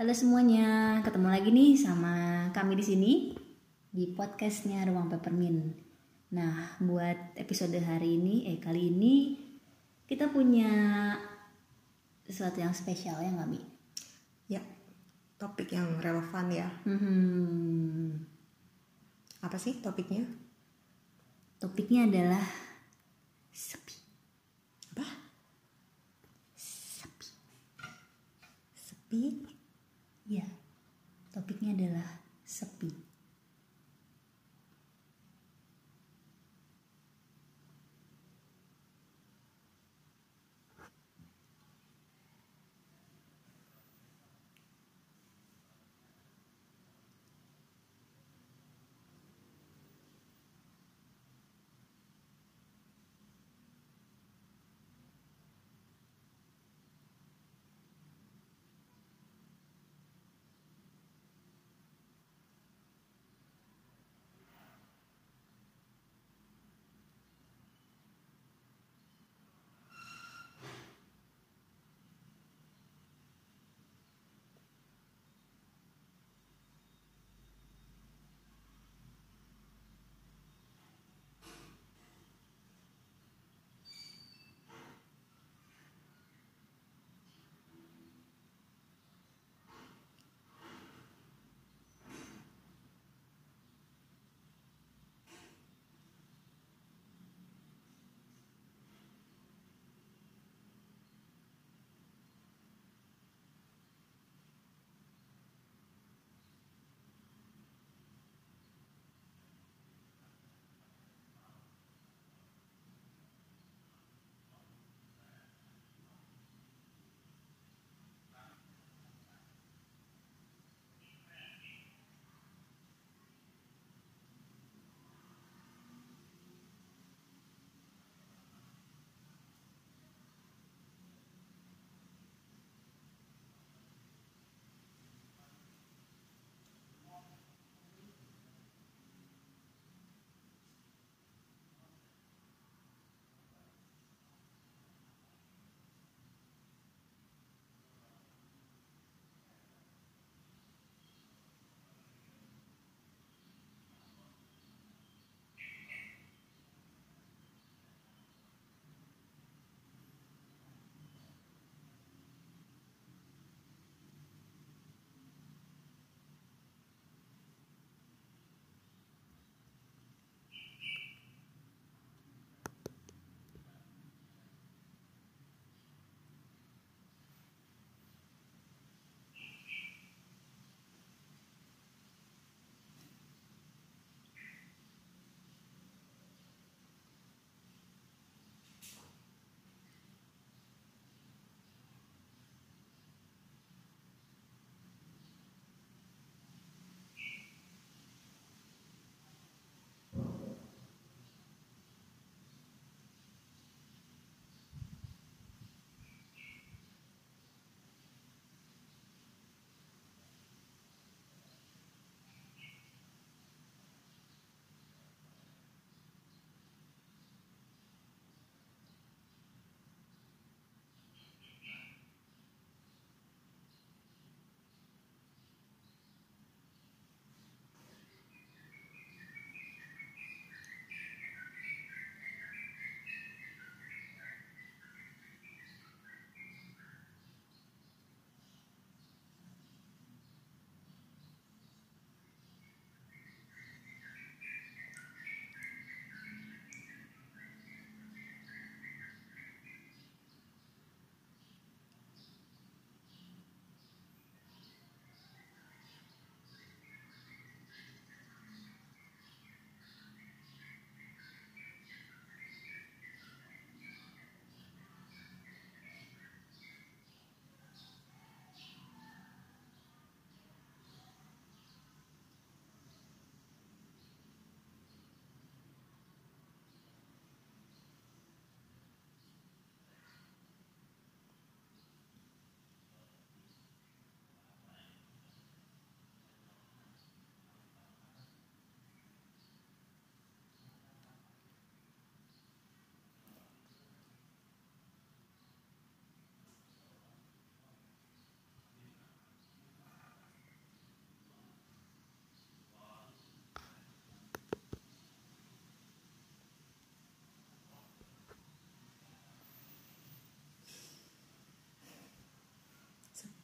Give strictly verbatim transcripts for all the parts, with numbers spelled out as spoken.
Halo semuanya, ketemu lagi nih sama kami di sini di podcastnya Ruang Peppermint. Nah, buat episode hari ini, eh kali ini kita punya sesuatu yang spesial ya nggak Mi? Ya, topik yang relevan ya. Hmm, Apa sih topiknya? topiknya adalah sepi. Apa? Sepi. Sepi? Ya, topiknya adalah sepi.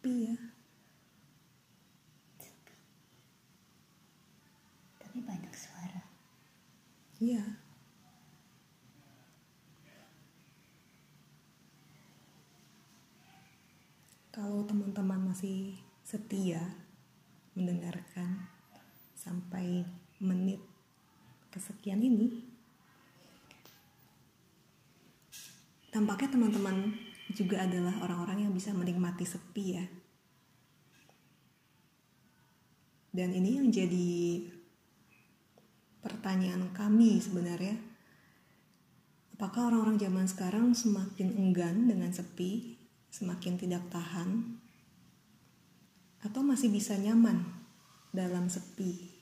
sepi ya. Sepi. Tapi banyak suara. Iya. Kalau teman-teman masih setia mendengarkan sampai menit kesekian ini, tampaknya teman-teman juga adalah orang-orang yang bisa menikmati sepi ya. Dan ini yang jadi pertanyaan kami sebenarnya. Apakah orang-orang zaman sekarang semakin enggan dengan sepi, semakin tidak tahan, atau masih bisa nyaman dalam sepi?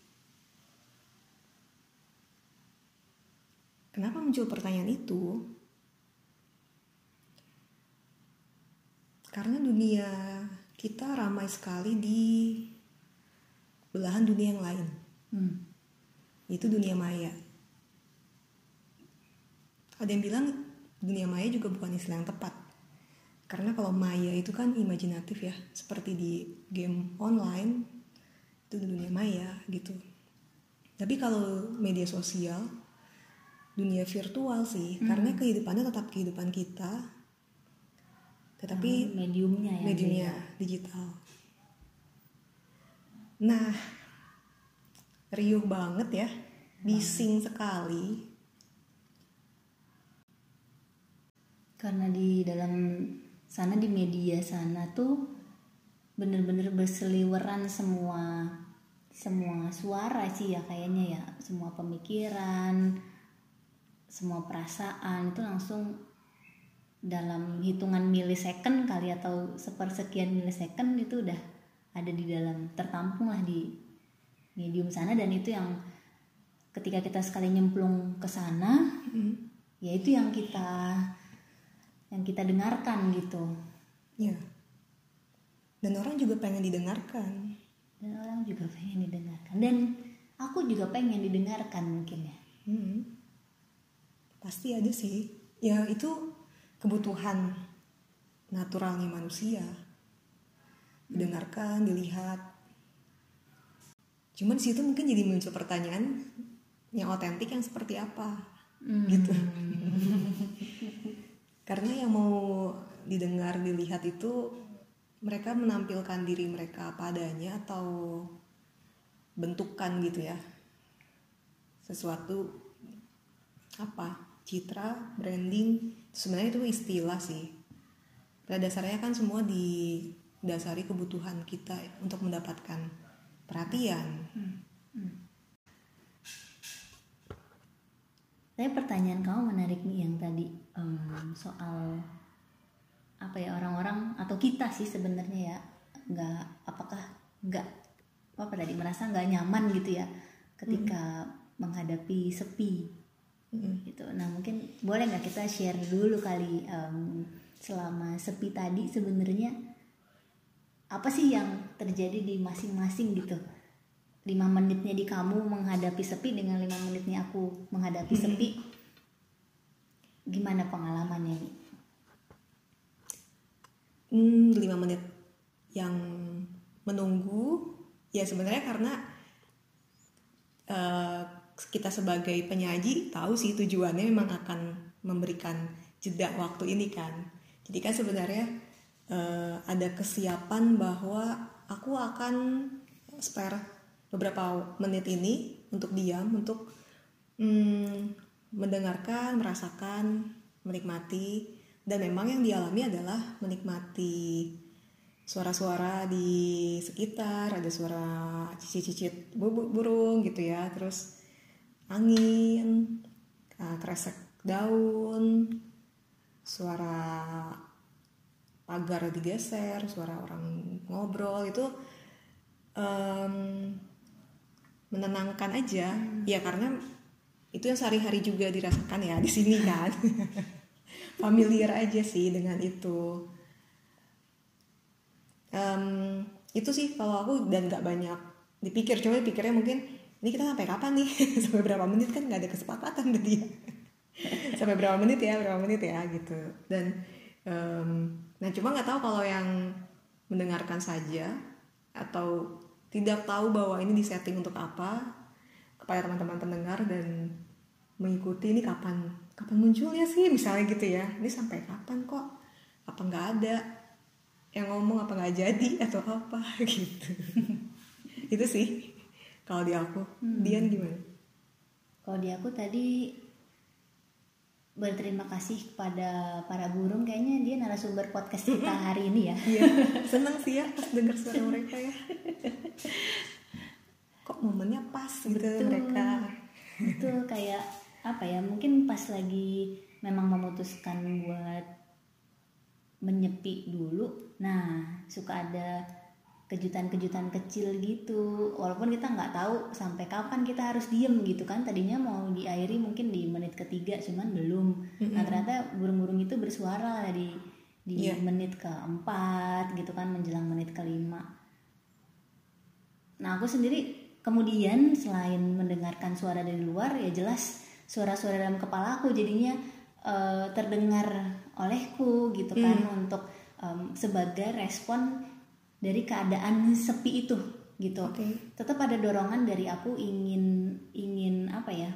Kenapa muncul pertanyaan itu? Karena dunia kita ramai sekali di belahan dunia yang lain. Hmm. Itu dunia maya. Ada yang bilang dunia maya juga bukan istilah yang tepat. Karena kalau maya itu kan imajinatif ya, seperti di game online, itu dunia maya gitu. Tapi kalau media sosial, dunia virtual sih, hmm. karena kehidupannya tetap kehidupan kita, tetapi hmm, mediumnya ya, mediumnya beda. Digital. Nah, riuh banget ya, bising sekali. Karena di dalam sana, di media sana tuh bener-bener berseliweran semua semua suara sih ya kayaknya ya, semua pemikiran, semua perasaan itu langsung dalam hitungan milisecond kali atau sepersekian milisecond itu udah ada di dalam, tertampung lah di medium sana. Dan itu yang ketika kita sekali nyemplung ke sana, hmm. ya itu yang kita yang kita dengarkan gitu. Ya. Dan orang juga pengen didengarkan. Dan orang juga pengen didengarkan. Dan aku juga pengen didengarkan mungkin ya. Hmm. Pasti ada sih. Ya itu kebutuhan naturalnya manusia. Didengarkan, dilihat. Cuman di situ mungkin jadi muncul pertanyaan yang otentik yang seperti apa, hmm. gitu. Karena yang mau didengar, dilihat itu mereka menampilkan diri mereka apa adanya atau bentukan gitu ya, sesuatu apa, citra, branding, sebenarnya itu istilah sih. Pada dasarnya kan semua didasari kebutuhan kita untuk mendapatkan perhatian. Hmm. Hmm. Tapi pertanyaan kamu menarik nih yang tadi um, soal apa ya, orang-orang atau kita sih sebenarnya ya nggak, apakah nggak apa tadi merasa nggak nyaman gitu ya ketika hmm. menghadapi sepi hmm. gitu. Nah mungkin boleh nggak kita share dulu kali um, selama sepi tadi sebenarnya apa sih yang terjadi di masing-masing gitu. Lima menitnya di kamu menghadapi sepi dengan lima menitnya aku menghadapi hmm. sepi, gimana pengalamannya nih? Hmm, lima menit yang menunggu ya sebenarnya karena uh, kita sebagai penyaji tahu sih tujuannya memang akan memberikan jeda waktu ini kan. Jadi kan sebenarnya uh, ada kesiapan bahwa aku akan spare beberapa menit ini untuk diam, untuk hmm, mendengarkan, merasakan, menikmati. Dan memang yang dialami adalah menikmati suara-suara di sekitar, ada suara cicit-cicit burung gitu ya, terus angin, kresek daun, suara pagar digeser, suara orang ngobrol, itu um, menenangkan aja. Hmm. Ya karena itu yang sehari-hari juga dirasakan ya di sini kan. Familiar aja sih dengan itu. Um, itu sih kalau aku, dan gak banyak dipikir. Coba pikirnya mungkin ini kita sampai kapan nih? Sampai berapa menit kan gak ada kesepakatan tadi. Sampai berapa menit ya, berapa menit ya gitu. Dan um, nah cuma gak tahu kalau yang mendengarkan saja atau tidak tahu bahwa ini disetting untuk apa kepada teman-teman pendengar dan mengikuti ini kapan kapan munculnya sih misalnya gitu ya, ini sampai kapan kok, apa nggak ada yang ngomong, apa nggak jadi atau apa gitu. Itu sih kalau di aku. hmm. Dian gimana? Kalau di aku tadi berterima kasih kepada para burung, kayaknya dia narasumber podcast kita hari ini ya. Iya, seneng sih ya pas dengar suara mereka ya. Kok momennya pas gitu. Betul, mereka. Betul, kayak apa ya, mungkin pas lagi memang memutuskan buat menyepi dulu. Nah, suka ada kejutan-kejutan kecil gitu, walaupun kita nggak tahu sampai kapan kita harus diem gitu kan. Tadinya mau diakhiri mungkin di menit ketiga, cuman belum. Mm-hmm. Nah ternyata burung-burung itu bersuara di di yeah. menit keempat gitu kan, menjelang menit kelima. Nah aku sendiri kemudian selain mendengarkan suara dari luar, ya jelas suara-suara dalam kepala aku jadinya uh, terdengar olehku gitu kan, mm. untuk um, sebagai respon dari keadaan sepi itu gitu. Okay. Tetap ada dorongan dari aku ingin ingin apa ya?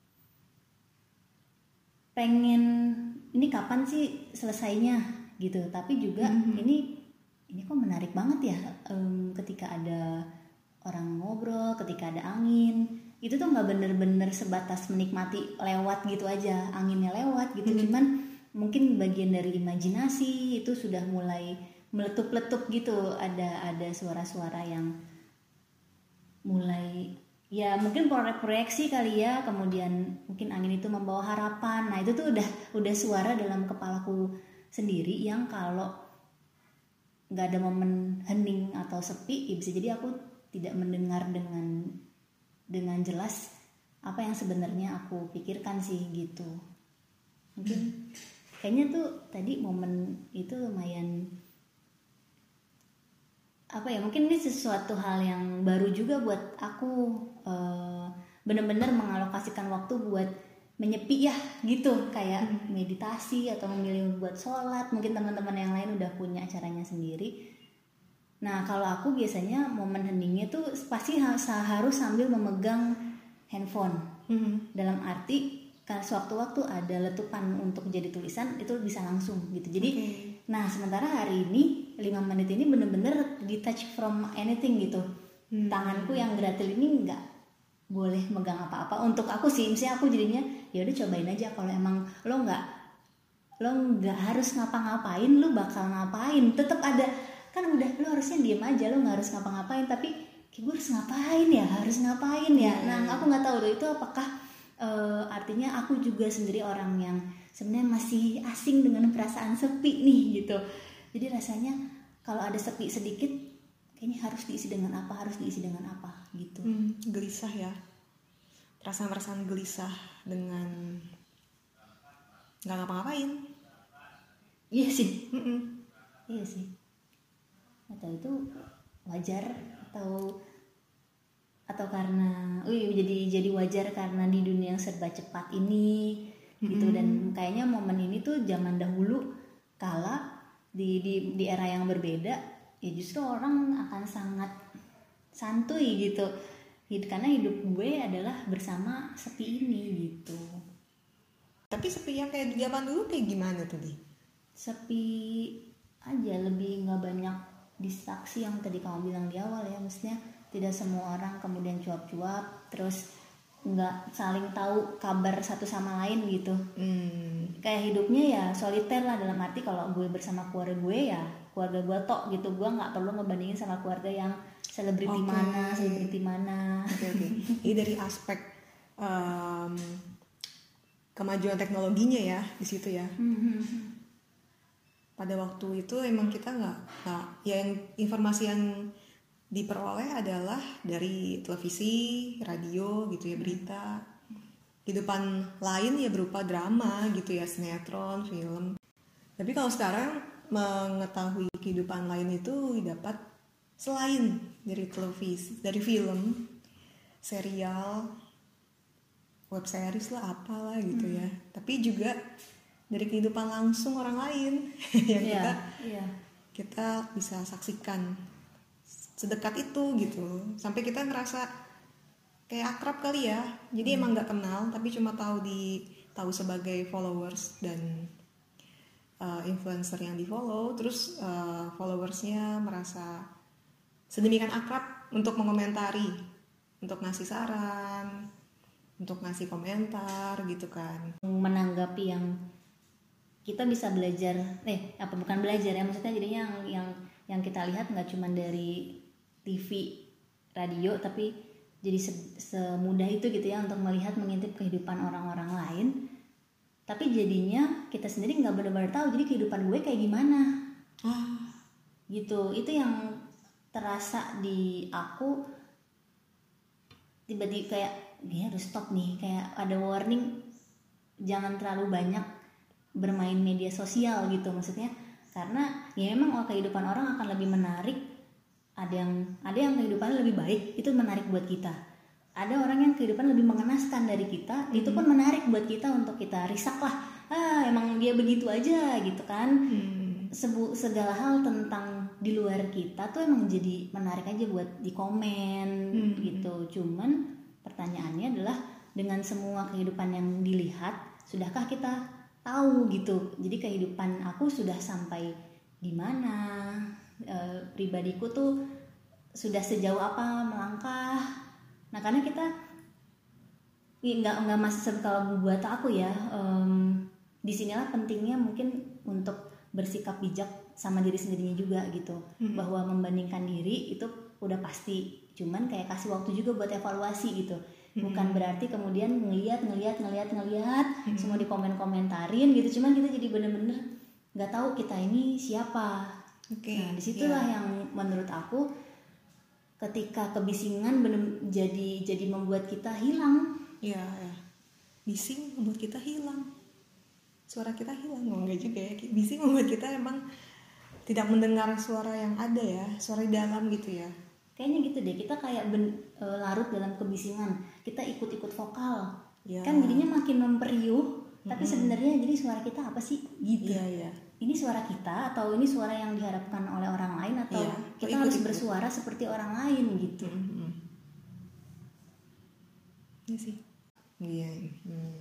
Pengen ini kapan sih selesainya gitu. Tapi juga mm-hmm. ini ini kok menarik banget ya, um, ketika ada orang ngobrol, ketika ada angin. Itu tuh nggak bener-bener sebatas menikmati lewat gitu aja, anginnya lewat gitu. Mm-hmm. Cuman mungkin bagian dari imajinasi itu sudah mulai meletup-letup gitu, ada ada suara-suara yang mulai ya mungkin proyeksi kali ya, kemudian mungkin angin itu membawa harapan. Nah itu tuh udah udah suara dalam kepalaku sendiri yang kalau nggak ada momen hening atau sepi ya bisa jadi aku tidak mendengar dengan dengan jelas apa yang sebenarnya aku pikirkan sih gitu. Mungkin kayaknya tuh tadi momen itu lumayan apa ya, mungkin ini sesuatu hal yang baru juga buat aku, uh, benar-benar mengalokasikan waktu buat menyepi ya gitu, kayak hmm. meditasi atau memilih buat sholat. Mungkin teman-teman yang lain udah punya caranya sendiri. Nah kalau aku biasanya momen heningnya tuh pasti harus sambil memegang handphone, hmm. dalam arti kalau sewaktu-waktu ada letupan untuk jadi tulisan itu bisa langsung gitu. Jadi okay. Nah sementara hari ini lima menit ini bener-bener detach from anything gitu. hmm. Tanganku yang gratil ini nggak boleh megang apa-apa. Untuk aku sih, misalnya aku jadinya ya udah cobain aja. Kalau emang lo nggak lo nggak harus ngapa-ngapain, lo bakal ngapain? Tetap ada kan, udah lo harusnya diem aja, lo nggak harus ngapa-ngapain. Tapi kayak gue harus ngapain ya, harus ngapain ya. hmm. Nah aku nggak tahu tuh itu apakah uh, artinya aku juga sendiri orang yang sebenarnya masih asing dengan perasaan sepi nih gitu. Jadi rasanya kalau ada sepi sedikit kayaknya harus diisi dengan apa, harus diisi dengan apa gitu. Hmm, gelisah ya. Perasaan-perasaan gelisah dengan nggak ngapa-ngapain. Iya sih. Mm-mm. Iya sih. Atau itu wajar atau atau karena uh, jadi jadi wajar karena di dunia yang serba cepat ini gitu. Mm-hmm. Dan kayaknya momen ini tuh zaman dahulu kala di di di era yang berbeda ya justru orang akan sangat santuy gitu, karena hidup gue adalah bersama sepi ini gitu. Tapi sepi yang kayak zaman dulu kayak gimana tuh Di? Sepi aja, lebih nggak banyak distraksi yang tadi kamu bilang di awal ya, maksudnya tidak semua orang kemudian cuap-cuap terus nggak saling tahu kabar satu sama lain gitu. hmm. Kayak hidupnya ya soliter lah, dalam arti kalau gue bersama keluarga gue ya keluarga gue tok gitu, gue nggak perlu ngebandingin sama keluarga yang selebriti okay. mana selebriti mana. Oke okay, oke. Okay. Ini dari aspek um, kemajuan teknologinya ya di situ ya. mm-hmm. Pada waktu itu emang kita nggak nggak ya, yang informasi yang diperoleh adalah dari televisi, radio gitu ya, berita. Kehidupan lain ya berupa drama gitu ya, sinetron, film. Tapi kalau sekarang mengetahui kehidupan lain itu didapat selain dari televisi, dari film, serial, web series lah, apalah gitu hmm. ya. Tapi juga dari kehidupan langsung orang lain yang yeah, kita yeah. kita bisa saksikan sedekat itu gitu, sampai kita ngerasa kayak akrab kali ya. Jadi hmm. emang nggak kenal tapi cuma tahu di tahu sebagai followers dan uh, influencer yang di follow, terus uh, followersnya merasa sedemikian akrab untuk mengomentari, untuk ngasih saran, untuk ngasih komentar gitu kan, menanggapi yang kita bisa belajar, eh apa bukan belajar ya, maksudnya jadinya yang yang yang kita lihat nggak cuma dari T V, radio, tapi jadi se- semudah itu gitu ya untuk melihat, mengintip kehidupan orang-orang lain, tapi jadinya kita sendiri nggak benar-benar tahu jadi kehidupan gue kayak gimana, ah. gitu. Itu yang terasa di aku, tiba-tiba kayak dia harus stop nih, kayak ada warning jangan terlalu banyak bermain media sosial gitu, maksudnya karena ya memang kehidupan orang akan lebih menarik. Ada yang ada yang kehidupannya lebih baik, itu menarik buat kita. Ada orang yang kehidupan lebih mengenaskan dari kita, hmm. itu pun menarik buat kita untuk kita risak lah. Ah emang dia begitu aja gitu kan. Hmm. Sebu, segala hal tentang di luar kita tuh emang jadi menarik aja buat dikomen hmm. gitu. Cuman pertanyaannya adalah dengan semua kehidupan yang dilihat, sudahkah kita tahu gitu? Jadi kehidupan aku sudah sampai di mana? E, pribadiku tuh sudah sejauh apa melangkah? Nah karena kita nggak nggak masih, kalau buat aku ya, um, disinilah pentingnya mungkin untuk bersikap bijak sama diri sendirinya juga gitu. Hmm. Bahwa membandingkan diri itu udah pasti, cuman kayak kasih waktu juga buat evaluasi gitu. Bukan berarti kemudian ngelihat ngelihat ngelihat ngelihat hmm. semua dikomen-komentarin gitu, cuman kita jadi bener-bener nggak tahu kita ini siapa. Okay. Nah disitulah yeah. yang menurut aku ketika kebisingan bener jadi jadi membuat kita hilang. Ya, ya. Bising membuat kita hilang, suara kita hilang. Oh, enggak juga ya, bising membuat kita emang tidak mendengar suara yang ada ya, suara di dalam gitu ya. Kayaknya gitu deh, kita kayak ben, e, larut dalam kebisingan, kita ikut-ikut vokal, ya. Kan jadinya makin memperiuh, mm-hmm. tapi sebenarnya jadi suara kita apa sih gitu? Ya, ya. Ini suara kita atau ini suara yang diharapkan oleh orang lain, atau ya, kita ikut, harus ikut. bersuara seperti orang lain gitu? Mm-hmm. Iya sih. Iya. Hmm.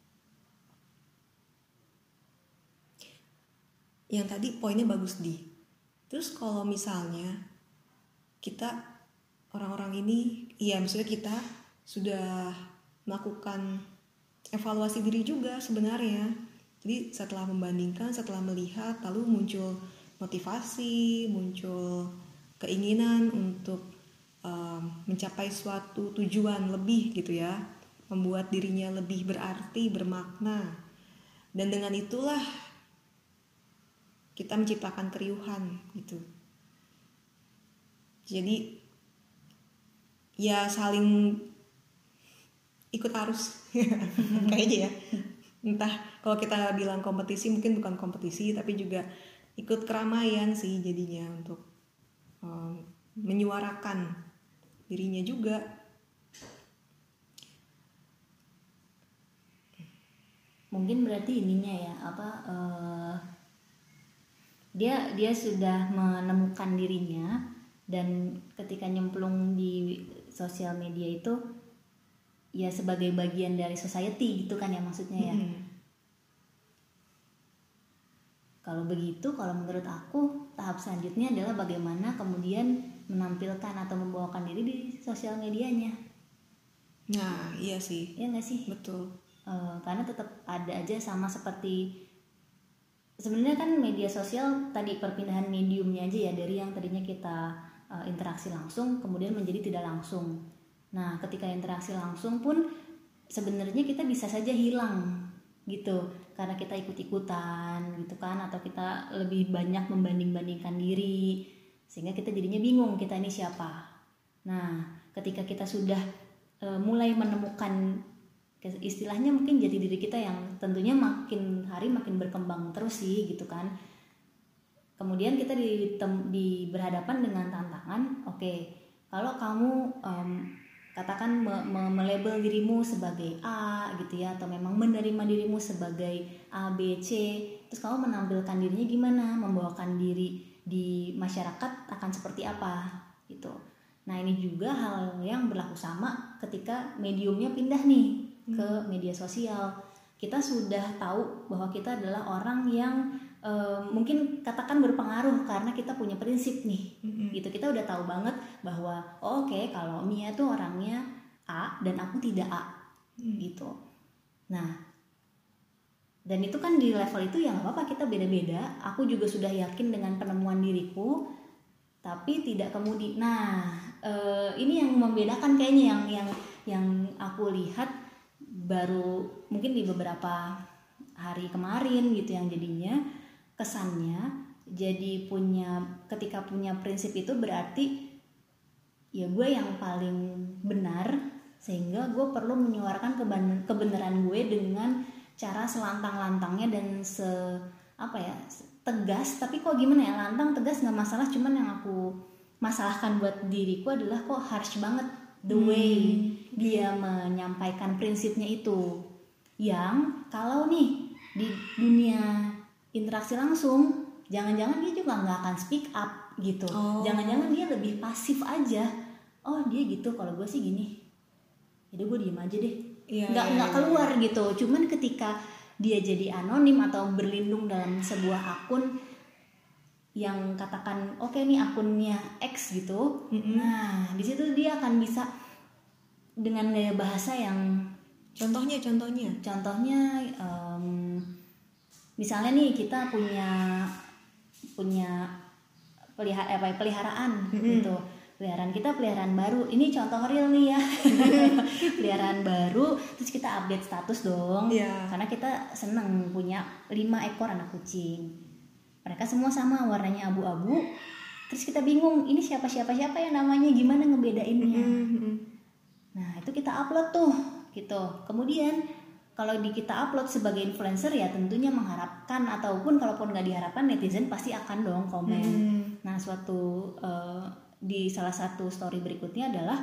Yang tadi poinnya bagus di. Terus kalau misalnya kita orang-orang ini, iya maksudnya kita sudah melakukan evaluasi diri juga sebenarnya. Jadi setelah membandingkan, setelah melihat, lalu muncul motivasi, muncul keinginan untuk um, mencapai suatu tujuan lebih gitu ya, membuat dirinya lebih berarti, bermakna. Dan dengan itulah kita menciptakan keriuhan gitu. Jadi ya saling ikut arus kayaknya ya. Entah kalau kita bilang kompetisi, mungkin bukan kompetisi tapi juga ikut keramaian sih jadinya, untuk um, menyuarakan dirinya juga. Mungkin berarti ininya ya apa uh, dia dia sudah menemukan dirinya, dan ketika nyemplung di sosial media itu ya sebagai bagian dari society gitu kan ya maksudnya ya. Mm-hmm. Kalau begitu, kalau menurut aku tahap selanjutnya adalah bagaimana kemudian menampilkan atau membawakan diri di sosial medianya. Nah iya sih. Iya nggak sih? Betul. Uh, karena tetap ada aja, sama seperti sebenarnya kan media sosial tadi perpindahan mediumnya aja ya, dari yang tadinya kita uh, interaksi langsung kemudian menjadi tidak langsung. Nah ketika interaksi langsung pun sebenarnya kita bisa saja hilang gitu karena kita ikut-ikutan gitu kan, atau kita lebih banyak membanding-bandingkan diri sehingga kita jadinya bingung kita ini siapa. Nah ketika kita sudah uh, mulai menemukan istilahnya mungkin jati diri kita yang tentunya makin hari makin berkembang terus sih gitu kan, kemudian kita di, di berhadapan dengan tantangan. Oke, okay, kalau kamu um, katakan me, me, melabel dirimu sebagai A gitu ya, atau memang menerima dirimu sebagai A, B, C, terus kamu menampilkan dirinya gimana, membawakan diri di masyarakat akan seperti apa gitu. Nah ini juga hal yang berlaku sama ketika mediumnya pindah nih hmm. ke media sosial. Kita sudah tahu bahwa kita adalah orang yang e, mungkin katakan berpengaruh karena kita punya prinsip nih hmm. gitu. Kita udah tahu banget bahwa oh, oke okay, kalau Mia tuh orangnya A dan aku tidak A hmm. gitu. Nah dan itu kan di level itu ya nggak apa-apa, kita beda-beda. Aku juga sudah yakin dengan penemuan diriku, tapi tidak kemudian. Nah, eh, ini yang membedakan kayaknya yang yang yang aku lihat baru mungkin di beberapa hari kemarin gitu, yang jadinya kesannya jadi punya ketika punya prinsip itu berarti ya gue yang paling benar, sehingga gue perlu menyuarakan kebenaran gue dengan cara selantang-lantangnya dan se apa ya tegas. Tapi kok gimana ya, lantang tegas nggak masalah, cuman yang aku masalahkan buat diriku adalah kok harsh banget the way hmm. dia menyampaikan prinsipnya itu, yang kalau nih di dunia interaksi langsung jangan-jangan dia juga nggak akan speak up gitu. oh. Jangan-jangan dia lebih pasif aja. Oh dia gitu, kalau gue sih gini, jadi gue diem aja deh, ya, nggak ya, nggak keluar ya. Gitu. Cuman ketika dia jadi anonim atau berlindung dalam sebuah akun yang katakan oke okay, nih akunnya X gitu, mm-hmm. nah di situ dia akan bisa dengan gaya bahasa yang contohnya contohnya contohnya um, misalnya nih kita punya punya pelihara apa peliharaan mm-hmm. gitu. Peliharaan kita peliharaan baru, ini contoh real nih ya. Peliharaan baru, terus kita update status dong, yeah. Karena kita seneng punya lima ekor anak kucing. Mereka semua sama, warnanya abu-abu. Terus kita bingung, ini siapa-siapa-siapa ya namanya, gimana ngebedainnya. Mm-hmm. Nah itu kita upload tuh gitu. Kemudian kalau di kita upload sebagai influencer ya tentunya mengharapkan, ataupun kalaupun gak diharapkan, netizen pasti akan dong komen. Mm. Nah suatu uh, di salah satu story berikutnya adalah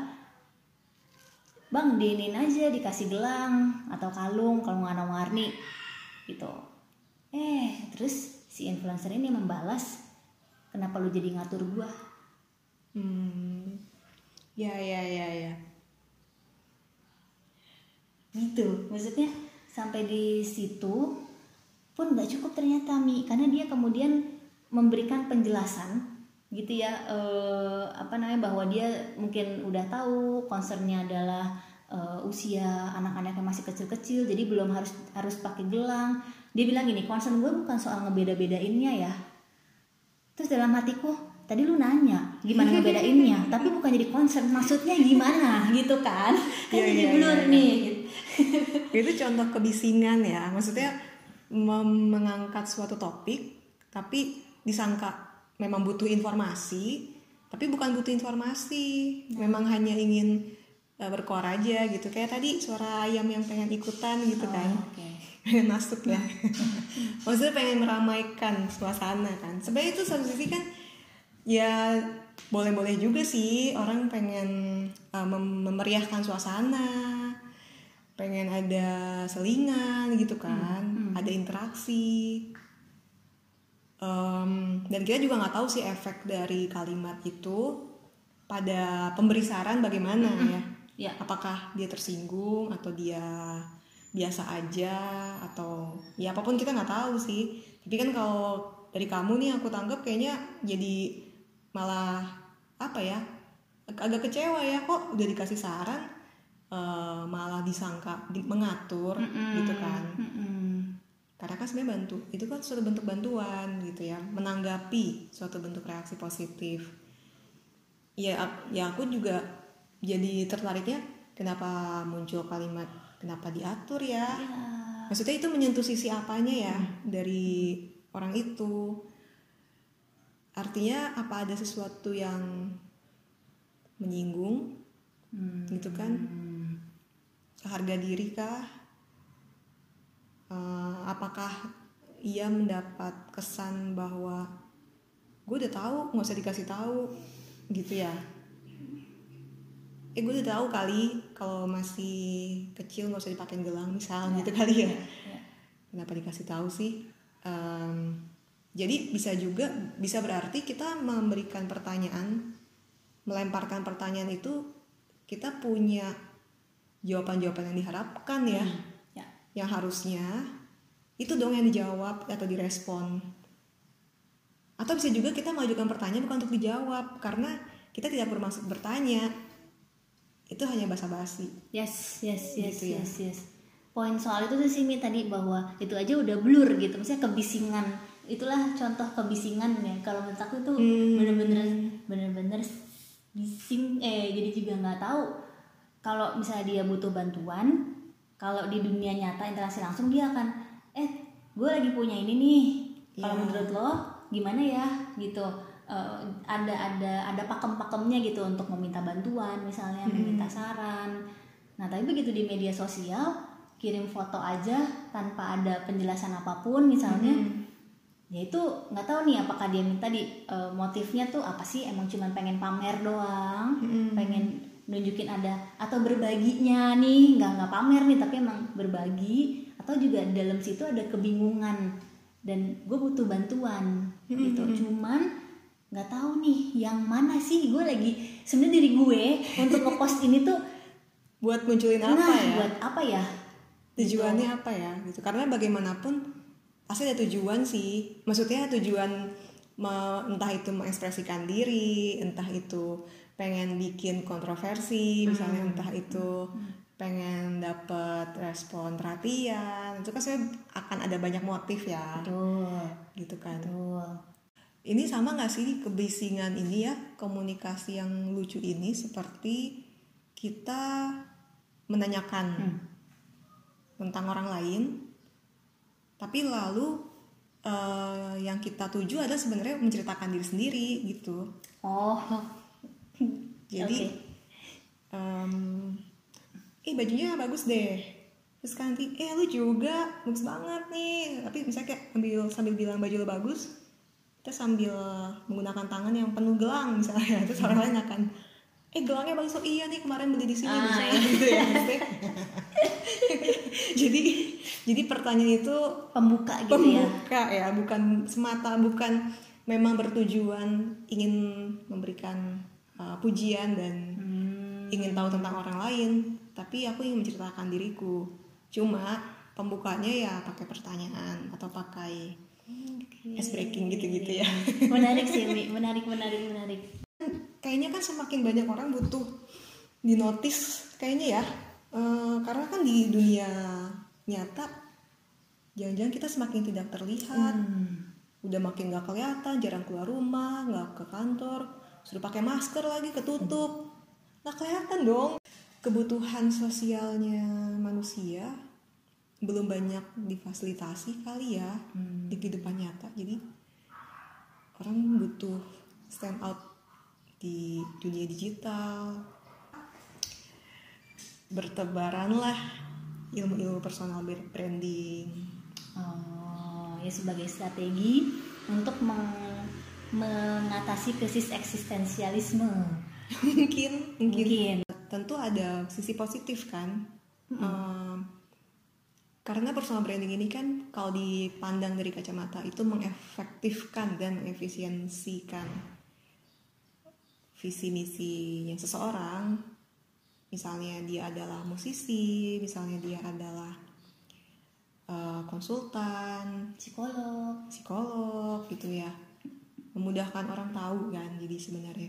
bang diinin aja, dikasih gelang atau kalung kalau warna-warni gitu. Eh terus si influencer ini membalas, kenapa lu jadi ngatur gua? Hmm, ya ya ya ya. Gitu, maksudnya sampai di situ pun nggak cukup ternyata Mi, karena dia kemudian memberikan penjelasan gitu ya, eh, apa namanya, bahwa dia mungkin udah tahu concernnya adalah eh, usia anak-anak yang masih kecil-kecil, jadi belum harus harus pakai gelang. Dia bilang gini, concern gue bukan soal ngebeda-bedainnya ya. Terus dalam hatiku, tadi lu nanya gimana ngebedainnya, tapi bukan jadi concern, maksudnya gimana gitu kan? Kan ya, jadi ya, blur ya, nih. Ya. Itu contoh kebisingan ya, maksudnya mem- mengangkat suatu topik tapi disangka memang butuh informasi, tapi bukan butuh informasi, memang hanya ingin uh, berkoar aja gitu. Kayak tadi suara ayam yang pengen ikutan gitu, oh, kan, okay. Pengen masuk ya. Maksudnya pengen meramaikan suasana kan. Sebenarnya itu satu sisi kan ya boleh-boleh juga sih, orang pengen uh, mem- memeriahkan suasana, pengen ada selingan gitu kan, hmm, hmm. ada interaksi. Um, dan kita juga nggak tahu sih efek dari kalimat itu pada pemberi saran bagaimana ya. Ya. Apakah dia tersinggung atau dia biasa aja, atau ya apapun kita nggak tahu sih. Tapi kan kalau dari kamu nih aku tangkap kayaknya jadi malah apa ya, agak kecewa ya, kok udah dikasih saran uh, malah disangka di, mengatur mm-mm. gitu kan. Mm-mm. Karena kan sebenarnya bantu, itu kan suatu bentuk bantuan gitu ya, menanggapi suatu bentuk reaksi positif. Ya, ya aku juga jadi tertariknya kenapa muncul kalimat kenapa diatur ya. ya. Maksudnya itu menyentuh sisi apanya ya hmm. dari orang itu. Artinya apa ada sesuatu yang menyinggung hmm. gitu kan? Harga diri kah? Uh, apakah ia mendapat kesan bahwa gue udah tahu, nggak usah dikasih tahu gitu ya? Eh gue udah tahu kali kalau masih kecil nggak usah dipakein gelang misal ya. Gitu kali ya? Ya. Kenapa dikasih tahu sih? Um, Jadi bisa juga, bisa berarti kita memberikan pertanyaan, melemparkan pertanyaan itu kita punya jawaban-jawaban yang diharapkan ya, Hmm, ya. yang harusnya itu dong yang dijawab atau direspon. Atau bisa juga kita mengajukan pertanyaan bukan untuk dijawab karena kita tidak bermaksud bertanya, itu hanya basa-basi. Yes, yes, yes, Gitu ya. yes, yes. Poin soal itu tuh sih Mi tadi bahwa itu aja udah blur gitu, maksudnya kebisingan. Itulah contoh kebisingan ya. Kalau menurut aku tuh Hmm. bener-bener bener-bener bising. Eh jadi juga nggak tahu kalau misalnya dia butuh bantuan. Kalau di dunia nyata interaksi langsung dia akan, eh gue lagi punya ini nih. Kalau Ya. menurut lo gimana ya gitu. Eh, ada ada ada pakem-pakemnya gitu untuk meminta bantuan misalnya, meminta saran. Nah tapi begitu di media sosial kirim foto aja tanpa ada penjelasan apapun misalnya, ya itu nggak tahu nih apakah dia minta di eh, motifnya tuh apa sih, emang cuman pengen pamer doang, pengen nunjukin ada, atau berbaginya nih nggak nggak pamer nih tapi emang berbagi, atau juga dalam situ ada kebingungan dan gue butuh bantuan gitu. Cuman nggak tahu nih yang mana sih, gue lagi sebenarnya diri gue untuk ngepost ini tuh Buat munculin apa nah ya? buat apa ya, Tujuannya apa ya gitu. Karena bagaimanapun pasti ada tujuan sih. Maksudnya tujuan me- entah itu mengekspresikan diri, entah itu pengen bikin kontroversi, misalnya entah itu pengen dapet respon perhatian. Itu kan sebenarnya akan ada banyak motif ya. betul Gitu kan. betul. Ini sama gak sih kebisingan ini ya, komunikasi yang lucu ini seperti kita menanyakan Hmm. tentang orang lain, tapi lalu eh, yang kita tuju adalah sebenarnya menceritakan diri sendiri gitu. Oh, Jadi, oke. em, eh bajunya bagus deh. Terus kan nanti, eh lu juga bagus banget nih. Tapi misalnya kayak ambil sambil bilang baju lu bagus, kita sambil menggunakan tangan yang penuh gelang misalnya. Terus orang lain akan, eh gelangnya bagus, oh iya nih kemarin beli di sini Ah, misalnya iya. gitu ya. Maksudnya. jadi, jadi pertanyaan itu Pembuka gitu ya. pembuka ya, bukan semata, bukan memang bertujuan ingin memberikan uh, pujian dan Hmm. ingin tahu tentang orang lain, tapi aku ingin menceritakan diriku. Cuma pembukanya ya pakai pertanyaan atau pakai ice breaking gitu-gitu ya. Menarik sih, Mi. menarik, menarik, menarik. Kayaknya kan semakin banyak orang butuh dinotis kayaknya ya. Eh, karena kan di dunia nyata jangan-jangan kita semakin tidak terlihat. Hmm. Udah makin gak kelihatan, jarang keluar rumah, gak ke kantor, sudah pakai masker lagi, ketutup. Gak kelihatan dong. Kebutuhan sosialnya manusia belum banyak difasilitasi kali ya Hmm. di kehidupan nyata. Jadi orang butuh stand out di dunia digital. Bertebaranlah ilmu-ilmu personal branding. Oh, ya sebagai strategi untuk meng- mengatasi krisis eksistensialisme. mungkin, mungkin Mungkin. tentu ada sisi positif kan. Ehm, karena personal branding ini kan kalau dipandang dari kacamata itu mengefektifkan dan mengefisiensikan visi misinya seseorang. Misalnya dia adalah musisi, misalnya dia adalah uh, konsultan, Psikolog. psikolog gitu ya, memudahkan orang tahu kan. Jadi sebenarnya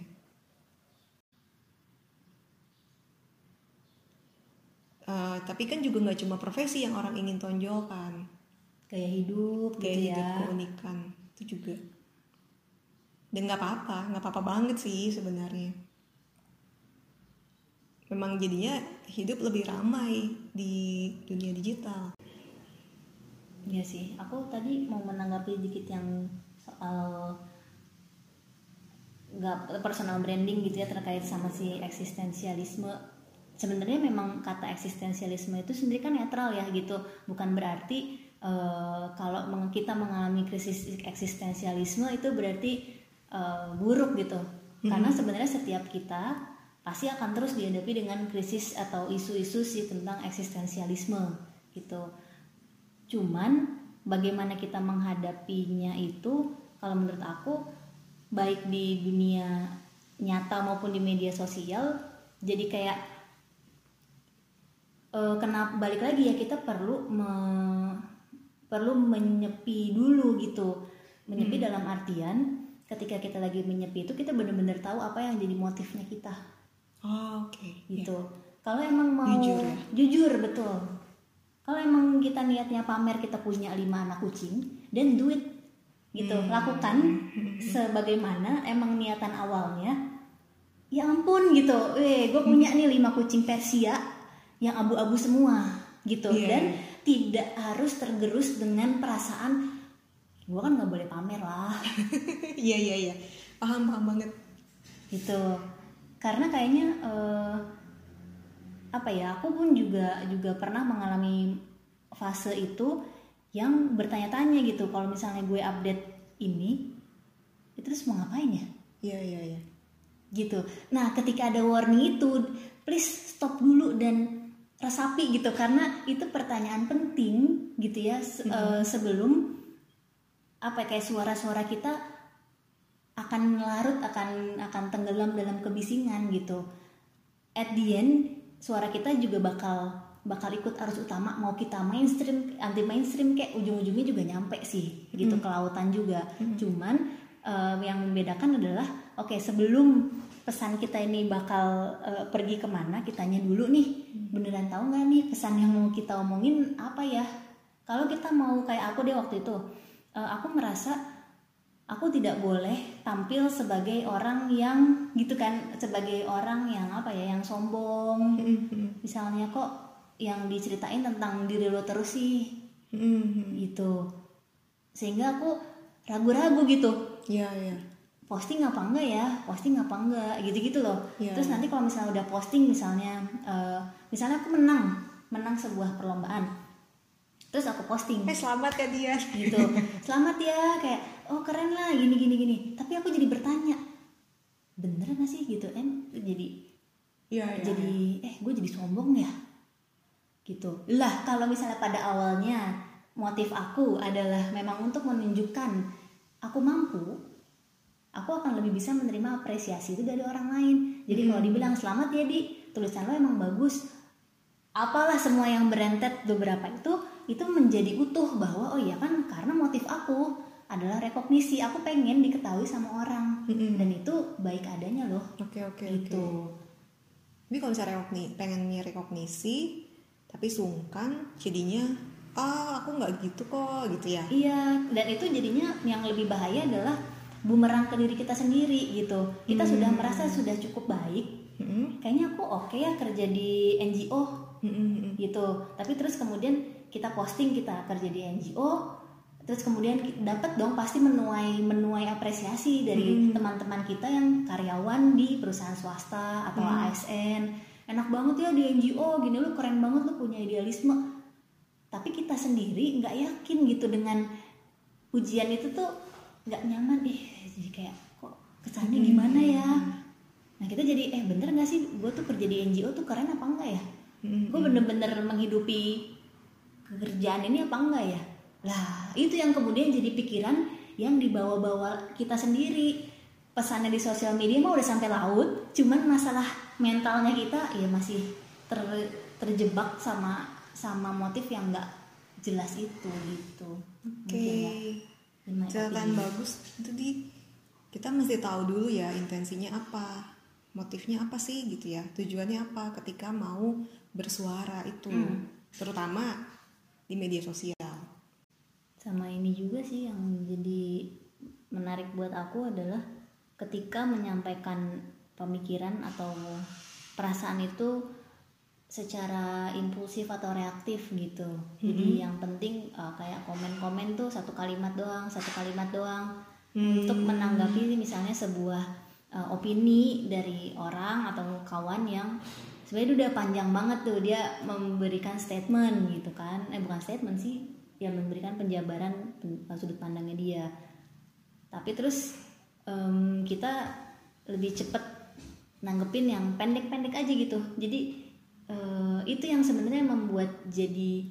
uh, tapi kan juga nggak cuma profesi yang orang ingin tonjolkan, Gaya hidup gaya gitu hidup, ya. keunikan itu juga. Dan nggak apa-apa, nggak apa-apa banget sih sebenarnya. Memang jadinya hidup lebih ramai di dunia digital. Iya sih, aku tadi mau menanggapi dikit yang soal nggak personal branding gitu ya terkait sama si eksistensialisme. Sebenarnya memang kata eksistensialisme itu sendiri kan netral ya gitu, bukan berarti uh, kalau kita mengalami krisis eksistensialisme itu berarti uh, buruk gitu. Hmm. Karena sebenarnya setiap kita pasti akan terus dihadapi dengan krisis atau isu-isu sih tentang eksistensialisme gitu. Cuman bagaimana kita menghadapinya itu kalau menurut aku baik di dunia nyata maupun di media sosial jadi kayak uh, kena balik lagi ya kita perlu me, perlu menyepi dulu gitu menyepi hmm. dalam artian ketika kita lagi menyepi itu kita benar-benar tahu apa yang jadi motifnya kita. Oh, oke. Okay. Gitu. Yeah. Kalau emang mau jujur, ya? jujur betul. Kalau emang kita niatnya pamer kita punya lima anak kucing, dan do it gitu, hmm. lakukan hmm. sebagaimana emang niatan awalnya. Ya ampun gitu, eh gue punya nih lima kucing Persia yang abu-abu semua gitu, yeah. dan tidak harus tergerus dengan perasaan gue kan nggak boleh pamer lah. Iya iya iya, paham paham banget. Gitu, karena kayaknya uh, apa ya, aku pun juga juga pernah mengalami fase itu yang bertanya-tanya gitu, kalau misalnya gue update ini, itu terus mau ngapain ya? Iya iya iya. Gitu. Nah, ketika ada warning itu, please stop dulu dan resapi gitu, karena itu pertanyaan penting gitu ya, se- mm-hmm. uh, sebelum apa kayak suara-suara kita akan larut, akan akan tenggelam dalam kebisingan gitu. At the end suara kita juga bakal bakal ikut arus utama, mau kita mainstream anti mainstream kayak ujung-ujungnya juga nyampe sih gitu, hmm. ke lautan juga. hmm. Cuman uh, yang membedakan adalah oke okay, sebelum pesan kita ini bakal uh, pergi kemana, kitanya dulu nih hmm. beneran tahu nggak nih pesan yang mau kita omongin apa ya. Kalau kita mau kayak aku deh waktu itu, uh, aku merasa aku tidak boleh tampil sebagai orang yang gitu kan, sebagai orang yang apa ya, yang sombong. Mm-hmm. Misalnya kok yang diceritain tentang diri lo terus sih, mm-hmm. gitu. Sehingga aku ragu-ragu gitu. Iya, yeah, iya. Yeah. Posting apa enggak ya? Posting apa enggak? Gitu-gitu loh. Yeah. Terus nanti kalau misalnya udah posting, misalnya, uh, misalnya aku menang, menang sebuah perlombaan. Terus aku posting, eh selamat ya dia gitu, selamat ya, kayak oh keren lah gini gini gini. Tapi aku jadi bertanya, bener nggak sih gitu, em jadi ya, ya, jadi ya. eh gue jadi sombong ya gitu lah. Kalau misalnya pada awalnya motif aku adalah memang untuk menunjukkan aku mampu, aku akan lebih bisa menerima apresiasi itu dari orang lain. Jadi hmm. kalau dibilang selamat ya di, tulisan lo emang bagus, apalah semua yang berentet beberapa itu itu menjadi utuh bahwa oh ya kan karena motif aku adalah rekognisi, aku pengen diketahui sama orang. mm-hmm. Dan itu baik adanya loh. Oke oke gitu. Okay. Tapi kalau misalnya rekogni, pengennya rekognisi tapi sungkan, jadinya ah aku nggak gitu kok gitu ya. Iya, dan itu jadinya yang lebih bahaya adalah bumerang ke diri kita sendiri gitu. Kita mm-hmm. sudah merasa sudah cukup baik, mm-hmm. kayaknya aku oke okay ya kerja di N G O, mm-hmm. gitu. Tapi terus kemudian kita posting kita kerja di N G O, terus kemudian dapat dong pasti menuai menuai apresiasi dari hmm. teman-teman kita yang karyawan di perusahaan swasta atau hmm. A S N. Enak banget ya di N G O, gini lu keren banget, lu punya idealisme. Tapi kita sendiri nggak yakin gitu dengan pujian itu tuh, nggak nyaman. Eh jadi kayak kok kesannya gimana ya? Nah kita jadi eh bener nggak sih gue tuh kerja di N G O tuh keren apa enggak ya? Hmm. Gue bener-bener menghidupi pekerjaan ini apa enggak ya? Lah itu yang kemudian jadi pikiran yang dibawa-bawa kita sendiri. Pesannya di sosial media mah udah sampai laut, cuman masalah mentalnya kita ya masih ter, terjebak sama sama motif yang enggak jelas itu gitu. Oke. Okay. Catatan bagus itu di kita mesti tahu dulu ya intensinya apa, motifnya apa sih gitu ya, tujuannya apa ketika mau bersuara itu, hmm. terutama di media sosial. Sama ini juga sih yang jadi menarik buat aku adalah ketika menyampaikan pemikiran atau perasaan itu secara impulsif atau reaktif gitu. Mm-hmm. Jadi yang penting uh, kayak komen-komen tuh satu kalimat doang, satu kalimat doang mm-hmm. untuk menanggapi misalnya sebuah uh, opini dari orang atau kawan yang sebenarnya udah panjang banget tuh, dia memberikan statement gitu kan, eh bukan statement sih, ya memberikan penjabaran pen, sudut pandangnya dia. Tapi terus um, kita lebih cepet nanggepin yang pendek-pendek aja gitu. Jadi uh, itu yang sebenarnya membuat jadi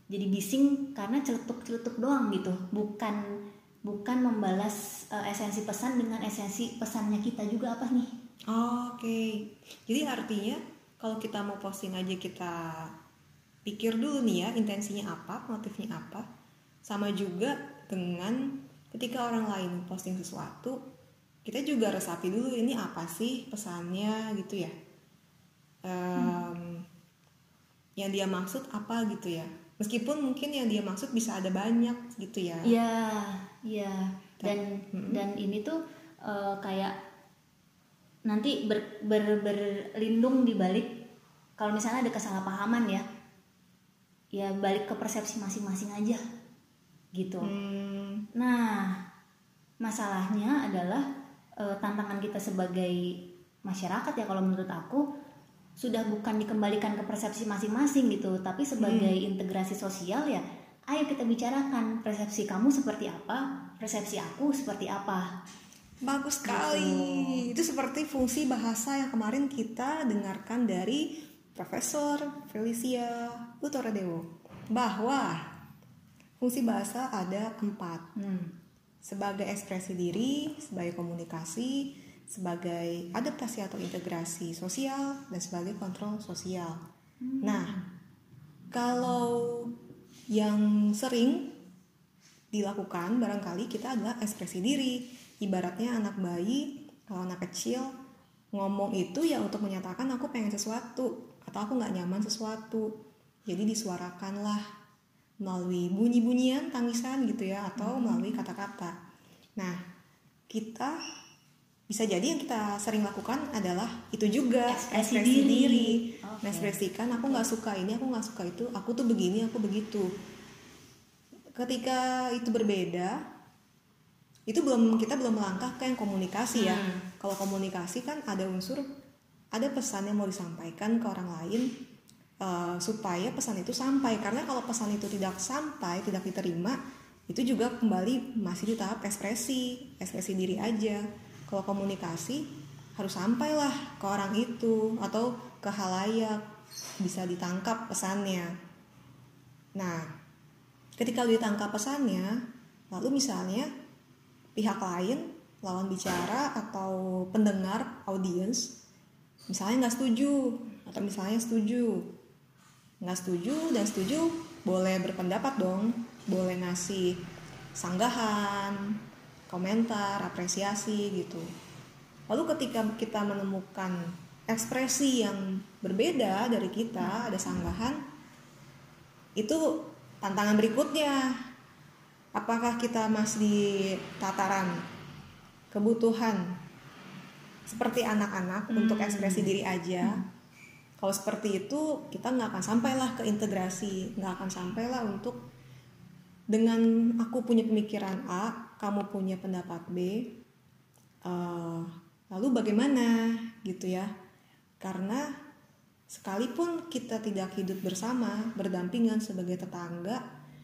jadi bising karena celetuk-celetuk doang gitu, bukan bukan membalas uh, esensi pesan dengan esensi pesannya kita juga apa nih. Oh, oke, okay. Jadi artinya kalau kita mau posting aja kita pikir dulu nih ya intensinya apa, motifnya apa. Sama juga dengan ketika orang lain posting sesuatu, kita juga resapi dulu ini apa sih pesannya gitu ya. Um, hmm. Yang dia maksud apa gitu ya. Meskipun mungkin yang dia maksud bisa ada banyak gitu ya. Iya, iya. Dan hmm. dan ini tuh uh, kayak nanti ber, ber, berlindung di balik kalau misalnya ada kesalahpahaman ya. Ya balik ke persepsi masing-masing aja gitu. Hmm. Nah, masalahnya adalah uh, tantangan kita sebagai masyarakat ya kalau menurut aku sudah bukan dikembalikan ke persepsi masing-masing gitu, tapi sebagai hmm. integrasi sosial ya, ayo kita bicarakan persepsi kamu seperti apa, persepsi aku seperti apa. Bagus sekali. Gitu. Itu seperti fungsi bahasa yang kemarin kita dengarkan dari Profesor Felicia Utoradewo, bahwa fungsi bahasa ada empat. Hmm. Sebagai ekspresi diri, sebagai komunikasi, sebagai adaptasi atau integrasi sosial, dan sebagai kontrol sosial. Hmm. Nah, kalau yang sering dilakukan barangkali kita adalah ekspresi diri. Ibaratnya anak bayi, kalau anak kecil ngomong itu ya untuk menyatakan aku pengen sesuatu atau aku gak nyaman sesuatu. Jadi disuarakanlah melalui bunyi-bunyian, tangisan gitu ya, atau hmm. melalui kata-kata. Nah, kita bisa jadi yang kita sering lakukan adalah itu juga ekspresi, ekspresi diri, diri. Okay. Mengekspresikan aku nggak suka ini, aku nggak suka itu, aku tuh begini, aku begitu. Ketika itu berbeda, itu belum kita belum melangkah ke yang komunikasi ya. Hmm. Kalau komunikasi kan ada unsur, ada pesan yang mau disampaikan ke orang lain uh, supaya pesan itu sampai. Karena kalau pesan itu tidak sampai, tidak diterima, itu juga kembali masih di tahap ekspresi, ekspresi diri aja. Kalau komunikasi harus sampailah ke orang itu atau ke halayak, bisa ditangkap pesannya. Nah, ketika ditangkap pesannya, lalu misalnya pihak lain, lawan bicara atau pendengar, audiens, misalnya nggak setuju atau misalnya setuju, nggak setuju dan setuju, boleh berpendapat dong, boleh ngasih sanggahan, komentar, apresiasi gitu. Lalu ketika kita menemukan ekspresi yang berbeda dari kita, ada sanggahan, itu tantangan berikutnya. Apakah kita masih di tataran kebutuhan seperti anak-anak hmm. untuk ekspresi diri aja? Hmm. Kalau seperti itu, kita nggak akan sampailah ke integrasi, nggak akan sampailah untuk dengan aku punya pemikiran A, kamu punya pendapat B, uh, lalu bagaimana gitu ya? Karena sekalipun kita tidak hidup bersama, berdampingan sebagai tetangga,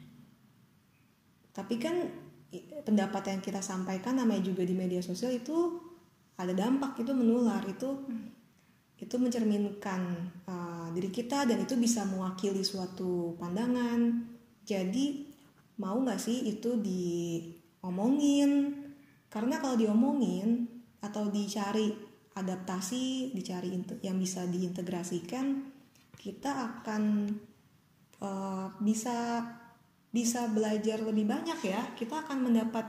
tapi kan pendapat yang kita sampaikan namanya juga di media sosial itu ada dampak, itu menular, itu itu mencerminkan uh, diri kita dan itu bisa mewakili suatu pandangan. Jadi mau nggak sih itu diomongin? Karena kalau diomongin atau dicari adaptasi, dicari yang bisa diintegrasikan, kita akan uh, bisa bisa belajar lebih banyak ya. Kita akan mendapat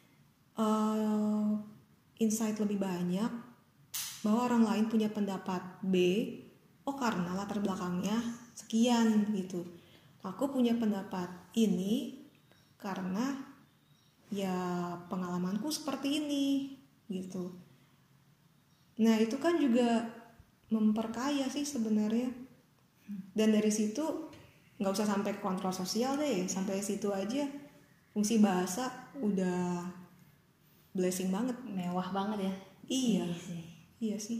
uh, insight lebih banyak bahwa orang lain punya pendapat B, oh karena latar belakangnya sekian gitu. Aku punya pendapat ini karena ya pengalamanku seperti ini gitu. Nah itu kan juga memperkaya sih sebenarnya. Dan dari situ nggak usah sampai ke kontrol sosial deh, sampai situ aja fungsi bahasa udah blessing banget, mewah banget ya. Iya, iya sih. Iya sih.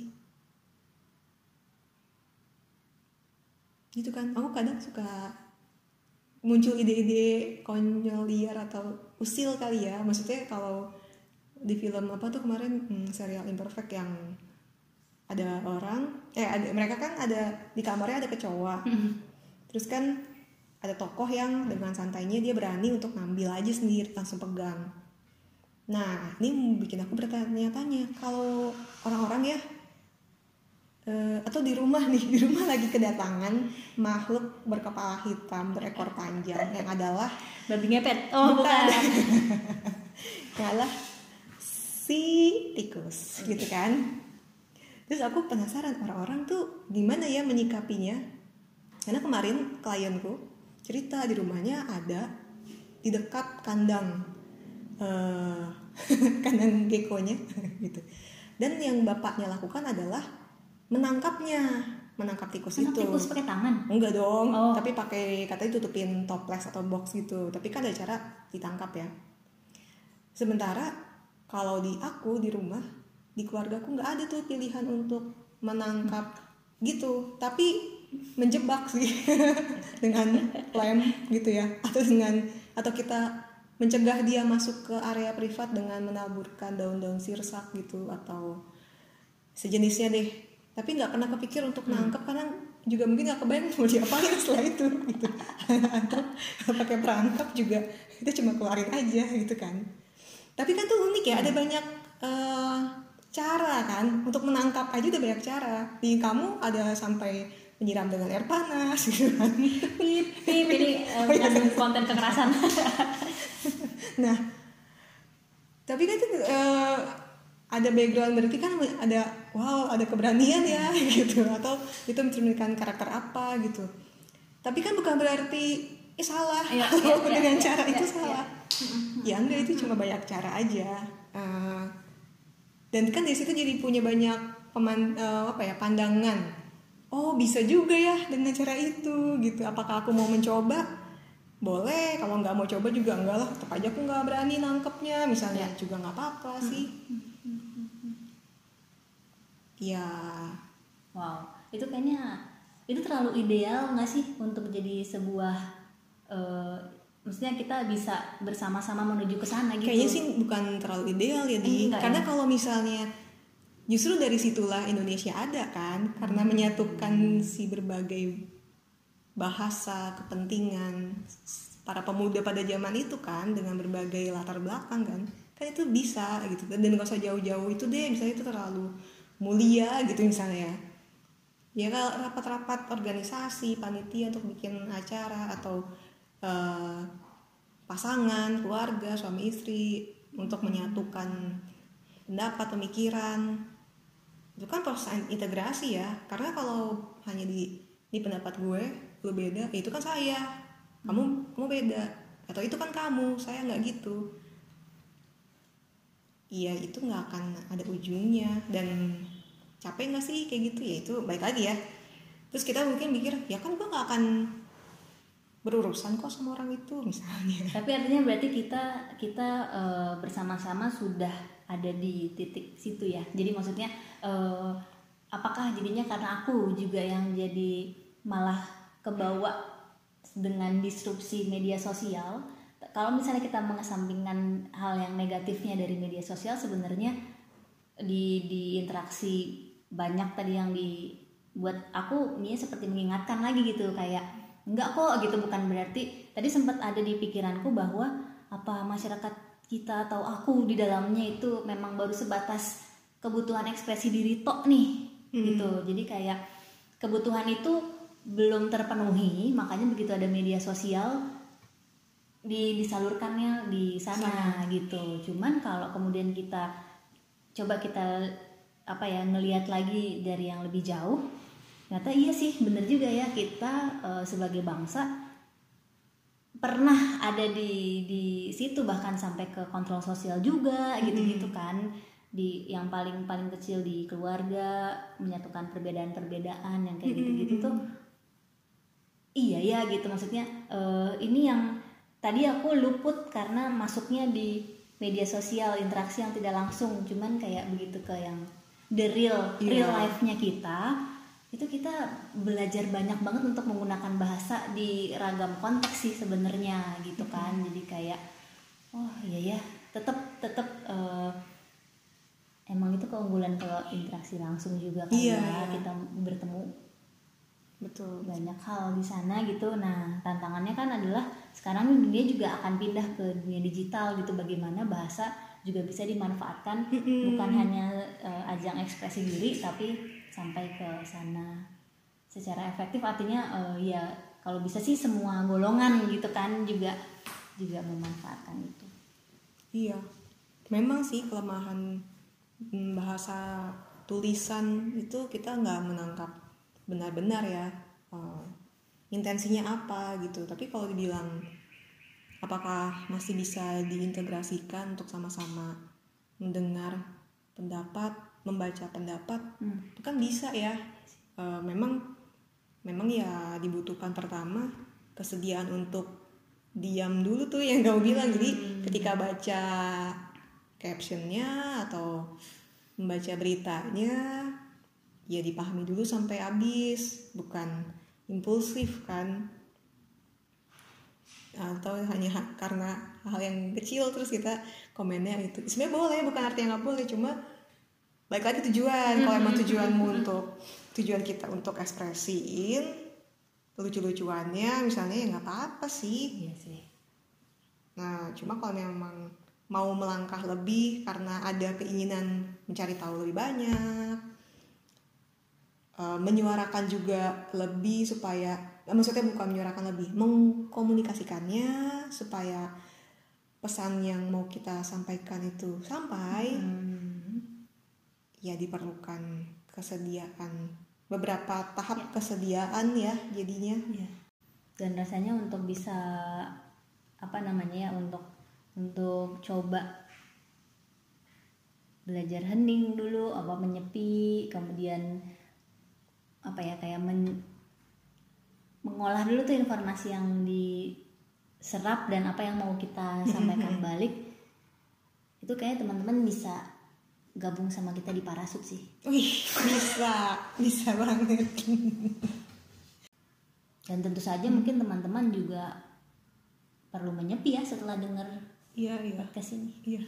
Gitu kan, aku kadang suka muncul ide-ide konyol liar atau usil kali ya. Maksudnya kalau di film apa tuh kemarin hmm, serial Imperfect yang ada orang, eh ada, mereka kan ada di kamarnya ada kecoa. Mm-hmm. Terus kan ada tokoh yang dengan santainya dia berani untuk ngambil aja sendiri, langsung pegang. Nah ini bikin aku bertanya-tanya, kalau orang-orang ya uh, atau di rumah nih, di rumah lagi kedatangan makhluk berkepala hitam berekor panjang yang adalah babi ngepet. Oh bukan, bukan. Yang adalah si tikus gitu kan. Terus aku penasaran orang-orang tuh gimana ya menyikapinya. Karena kemarin klienku cerita di rumahnya ada di dekat kandang uh, kandang gekonya gitu. Dan yang bapaknya lakukan adalah menangkapnya, menangkap tikus Menangkap itu. Tikus pakai tangan? Enggak dong, oh. tapi pakai katanya tutupin toples atau box gitu. Tapi kan ada cara ditangkap ya. Sementara kalau di aku di rumah, di keluarga aku nggak ada tuh pilihan untuk menangkap gitu, tapi menjebak sih dengan lem gitu ya, atau dengan atau kita mencegah dia masuk ke area privat dengan menaburkan daun-daun sirsak gitu atau sejenisnya deh. Tapi nggak pernah kepikir untuk nangkep hmm. karena juga mungkin nggak kebayang mau diapain setelah itu gitu. Atau pakai perangkap juga kita cuma keluarin aja gitu kan. Tapi kan tuh unik ya, hmm. ada banyak uh, cara kan untuk menangkap aja, udah banyak cara. Di kamu ada sampai menyiram dengan air panas gitu kan. Pip, pip, ini uh, mengandung konten kekerasan. Nah, tapi kan tuh uh, ada background, berarti kan ada wow, ada keberanian ya gitu, atau itu mencerminkan karakter apa gitu. Tapi kan bukan berarti eh salah ya, ya, dengan ya, cara ya, itu ya, salah. Ya, ya enggak, itu cuma banyak cara aja. Uh, dan kan di situ jadi punya banyak peman, uh, apa ya pandangan. Oh bisa juga ya dengan cara itu gitu. Apakah aku mau mencoba? Boleh. Kalau nggak mau coba juga enggak lah. Tetap aja aku nggak berani nangkepnya. Misalnya ya. Juga nggak apa-apa sih. Ya. Wow. Itu kayaknya itu terlalu ideal nggak sih untuk menjadi sebuah uh, maksudnya kita bisa bersama-sama menuju ke sana gitu. Kayaknya sih bukan terlalu ideal ya Di. Eh, Karena ya? Kalau misalnya justru dari situlah Indonesia ada kan, karena menyatukan si berbagai bahasa, kepentingan para pemuda pada zaman itu kan, dengan berbagai latar belakang kan, kan itu bisa gitu. Dan nggak usah jauh-jauh itu deh, misalnya itu terlalu mulia gitu misalnya. Ya kalau rapat-rapat organisasi, panitia untuk bikin acara atau uh, pasangan, keluarga, suami istri untuk menyatukan pendapat, pemikiran. Itu kan proses integrasi ya, karena kalau hanya di di pendapat gue lu beda, ya itu kan saya, kamu hmm. kamu beda, atau itu kan kamu, saya nggak gitu. Iya itu nggak akan ada ujungnya dan capek nggak sih kayak gitu ya, itu baik lagi ya. Terus kita mungkin mikir ya kan gue nggak akan berurusan kok sama orang itu misalnya. Tapi artinya berarti kita kita uh, bersama-sama sudah ada di titik situ ya. Jadi maksudnya uh, apakah jadinya karena aku juga yang jadi malah kebawa dengan disrupsi media sosial. Kalau misalnya kita mengesampingkan hal yang negatifnya dari media sosial, sebenarnya di di interaksi banyak tadi yang dibuat aku ini seperti mengingatkan lagi gitu, kayak enggak kok gitu, bukan berarti tadi sempat ada di pikiranku bahwa apa masyarakat kita atau aku di dalamnya itu memang baru sebatas kebutuhan ekspresi diri tok nih hmm. gitu. Jadi kayak kebutuhan itu belum terpenuhi, makanya begitu ada media sosial di disalurkannya di sana Sama. gitu. Cuman kalau kemudian kita coba kita apa ya ngelihat lagi dari yang lebih jauh, ternyata iya sih bener juga ya, kita uh, sebagai bangsa pernah ada di di situ, bahkan sampai ke kontrol sosial juga gitu-gitu kan, di yang paling paling kecil di keluarga, menyatukan perbedaan-perbedaan yang kayak gitu-gitu tuh iya ya gitu. Maksudnya uh, ini yang tadi aku luput karena masuknya di media sosial, interaksi yang tidak langsung, cuman kayak begitu ke yang the real yeah. real life-nya kita, itu kita belajar banyak banget untuk menggunakan bahasa di ragam konteks sih sebenarnya gitu kan. Mm-hmm. Jadi kayak oh iya ya, tetap tetap uh, emang itu keunggulan kalau interaksi langsung juga kan yeah, ya yeah. kita bertemu Betul. banyak hal di sana gitu. Nah tantangannya kan adalah sekarang dunia juga akan pindah ke dunia digital gitu, bagaimana bahasa juga bisa dimanfaatkan Mm-mm. bukan hanya uh, ajang ekspresi diri tapi sampai ke sana secara efektif. Artinya uh, ya kalau bisa sih semua golongan gitu kan juga juga memanfaatkan itu. Iya, memang sih kelemahan mm, bahasa tulisan itu kita nggak menangkap benar-benar ya uh, intensinya apa gitu. Tapi kalau dibilang apakah masih bisa diintegrasikan untuk sama-sama mendengar pendapat, membaca pendapat, Hmm. itu kan bisa ya. Uh, memang memang ya dibutuhkan pertama kesediaan untuk diam dulu tuh yang kamu bilang. Jadi ketika baca captionnya atau membaca beritanya ya dipahami dulu sampai habis, bukan impulsif kan, atau hanya karena hal yang kecil terus kita komennya itu. Sebenarnya boleh, bukan artinya nggak boleh, cuma balik lagi tujuan. Kalau emang tujuanmu untuk tujuan kita untuk ekspresiin lucu-lucuannya misalnya ya nggak apa-apa sih. Iya sih. Nah cuma kalau memang mau melangkah lebih karena ada keinginan mencari tahu lebih banyak, uh, menyuarakan juga lebih supaya, maksudnya bukan menyuarakan lebih, mengkomunikasikannya supaya pesan yang mau kita sampaikan itu sampai, hmm. ya diperlukan kesediaan, beberapa tahap ya. Kesediaan ya jadinya. Ya. Dan rasanya untuk bisa apa namanya ya untuk untuk coba belajar hening dulu, apa menyepi, kemudian apa ya kayak men, mengolah dulu tuh informasi yang diserap dan apa yang mau kita sampaikan balik. Itu kayak teman-teman bisa gabung sama kita di Parasut sih. Wih, bisa, bisa banget. Dan tentu saja hmm. mungkin teman-teman juga perlu menyepi ya setelah dengar iya, iya. podcast ini. Iya.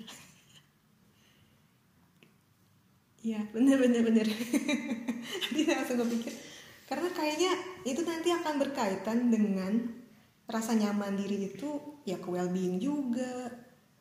Iya, bener bener bener. Tadi langsung kepikir. Karena kayaknya itu nanti akan berkaitan dengan rasa nyaman diri itu ya ke well-being juga.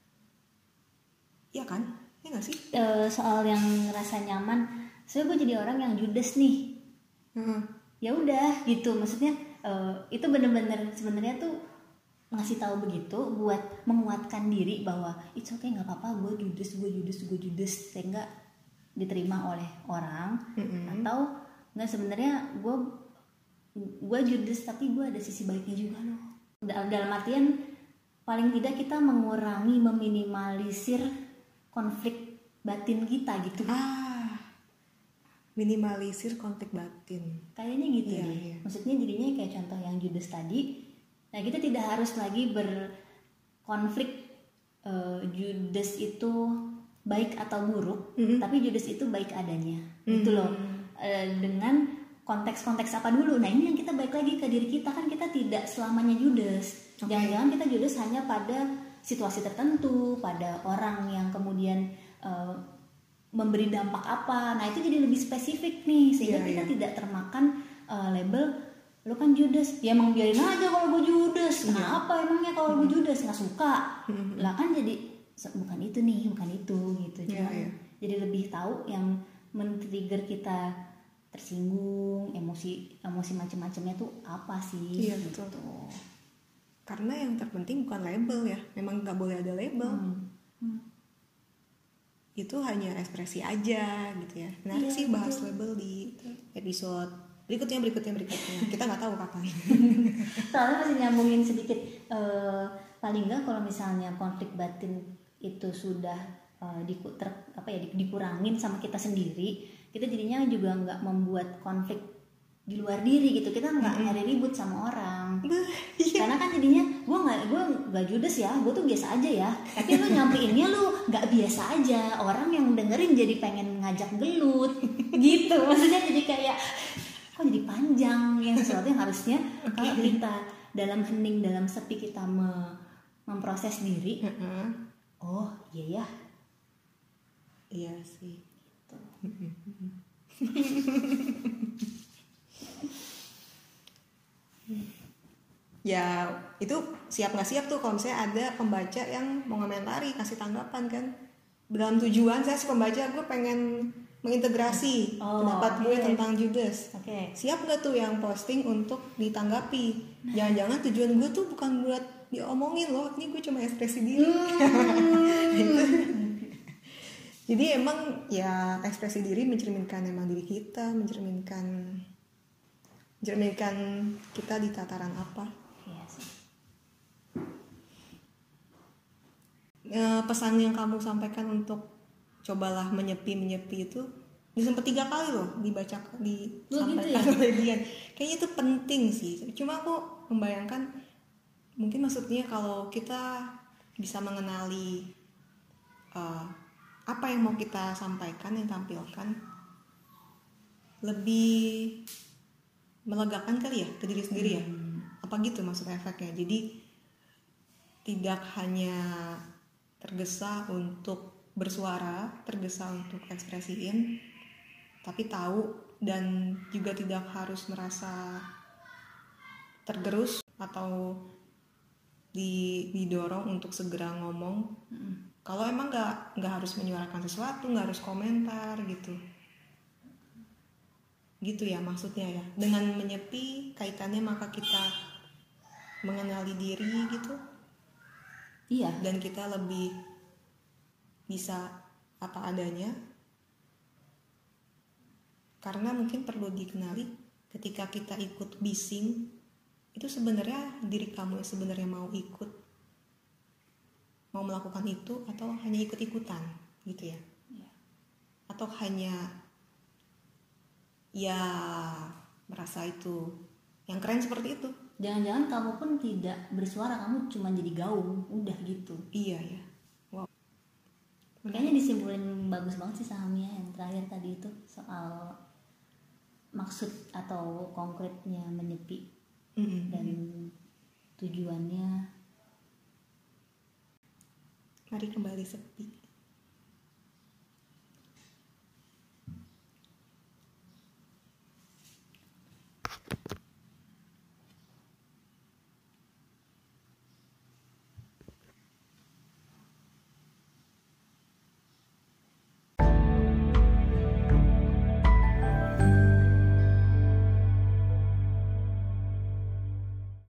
Iya kan? Ya nggak sih? E, soal yang rasa nyaman, soalnya gue jadi orang yang judes nih. Hmm. Ya udah gitu, maksudnya e, itu bener-bener sebenarnya tuh ngasih tahu begitu buat menguatkan diri bahwa it's okay, nggak apa-apa, gue judes, gue judes, gue judes, sehingga diterima oleh orang. Mm-hmm. Atau nggak, sebenarnya gue gue judes tapi gue ada sisi baiknya juga loh. Dalam artian paling tidak kita mengurangi, meminimalisir konflik batin kita gitu. Ah, minimalisir konflik batin. Kayaknya gitu iya, deh. Iya. Maksudnya jadinya kayak contoh yang judes tadi. Nah kita tidak harus lagi berkonflik uh, judes itu baik atau buruk, mm-hmm. tapi judes itu baik adanya, mm-hmm. gitu loh. Uh, dengan konteks-konteks apa dulu. Nah ini yang kita balik lagi ke diri kita, kan kita tidak selamanya judes. Okay. Jangan-jangan kita judes hanya pada situasi tertentu, pada orang yang kemudian uh, memberi dampak apa. Nah itu jadi lebih spesifik nih, sehingga yeah, kita yeah. tidak termakan uh, label lo kan judes, ya emang biarin aja kalau gue judes, kenapa hmm. emangnya kalau gue judes, nggak suka, hmm. lah kan jadi bukan itu nih, bukan itu gitu. Yeah, yeah. Jadi lebih tahu yang men-trigger kita tersinggung, emosi emosi macam-macamnya tuh apa sih? Iya gitu. Betul. Karena yang terpenting bukan label ya, memang nggak boleh ada label. Hmm. Hmm. Itu hanya ekspresi aja gitu ya. Menarik yeah, sih bahas betul. Label di episode berikutnya berikutnya berikutnya kita nggak tahu kapan. Soalnya masih nyambungin sedikit, uh, paling nggak kalau misalnya konflik batin itu sudah uh, diku, ter, apa ya dikurangin sama kita sendiri, kita jadinya juga nggak membuat konflik di luar diri gitu, kita nggak nyari mm-hmm. ribut sama orang. Karena kan jadinya gue nggak gue nggak judes ya, gue tuh biasa aja ya, tapi lu nyampeinnya lu nggak biasa aja, orang yang dengerin jadi pengen ngajak gelut gitu. Maksudnya jadi kayak kok jadi panjang, yang sesuatu yang harusnya okay. kalau kita dalam hening, dalam sepi kita me- memproses diri, uh-huh. oh iya ya, iya sih. Gitu. ya itu siap nggak siap tuh kalau misalnya ada pembaca yang mau komentari, kasih tanggapan kan. Dalam tujuan saya si pembaca, gue pengen mengintegrasi Oh, pendapat gue oke. tentang Judas. Oke. Siap nggak tuh yang posting untuk ditanggapi? Jangan-jangan tujuan gue tuh bukan buat diomongin loh, ini gue cuma ekspresi diri. Gitu. Jadi emang ya ekspresi diri mencerminkan emang diri kita, mencerminkan mencerminkan kita di tataran apa. Iya sih. E, pesan yang kamu sampaikan untuk cobalah menyepi menyepi itu disempet tiga kali loh dibaca disampaikan gitu ya? oleh Dian. Kayaknya itu penting sih. Cuma aku membayangkan mungkin maksudnya kalau kita bisa mengenali uh, apa yang mau kita sampaikan, yang tampilkan, lebih melegakan kali ya ke diri sendiri ya. Apa gitu maksud efeknya. Jadi tidak hanya tergesa untuk bersuara, tergesa untuk ekspresiin, tapi tahu dan juga tidak harus merasa tergerus atau didorong untuk segera ngomong. Mm-hmm. Kalau emang nggak nggak harus menyuarakan sesuatu, nggak harus komentar gitu, gitu ya maksudnya ya. Dengan menyepi kaitannya maka kita mengenali diri gitu. Iya. Dan kita lebih bisa apa adanya. Karena mungkin perlu dikenali ketika kita ikut bising, itu sebenarnya diri kamu yang sebenarnya mau ikut, mau melakukan itu atau hanya ikut-ikutan gitu ya, ya. Atau hanya ya merasa itu yang keren seperti itu. Jangan-jangan kamu pun tidak bersuara, kamu cuma jadi gaung, udah gitu. Iya ya. Wow. Kayaknya disimpulin bagus banget sih sama Mia yang terakhir tadi itu soal maksud atau konkretnya menyepi mm-hmm. dan tujuannya. Mari kembali sepi.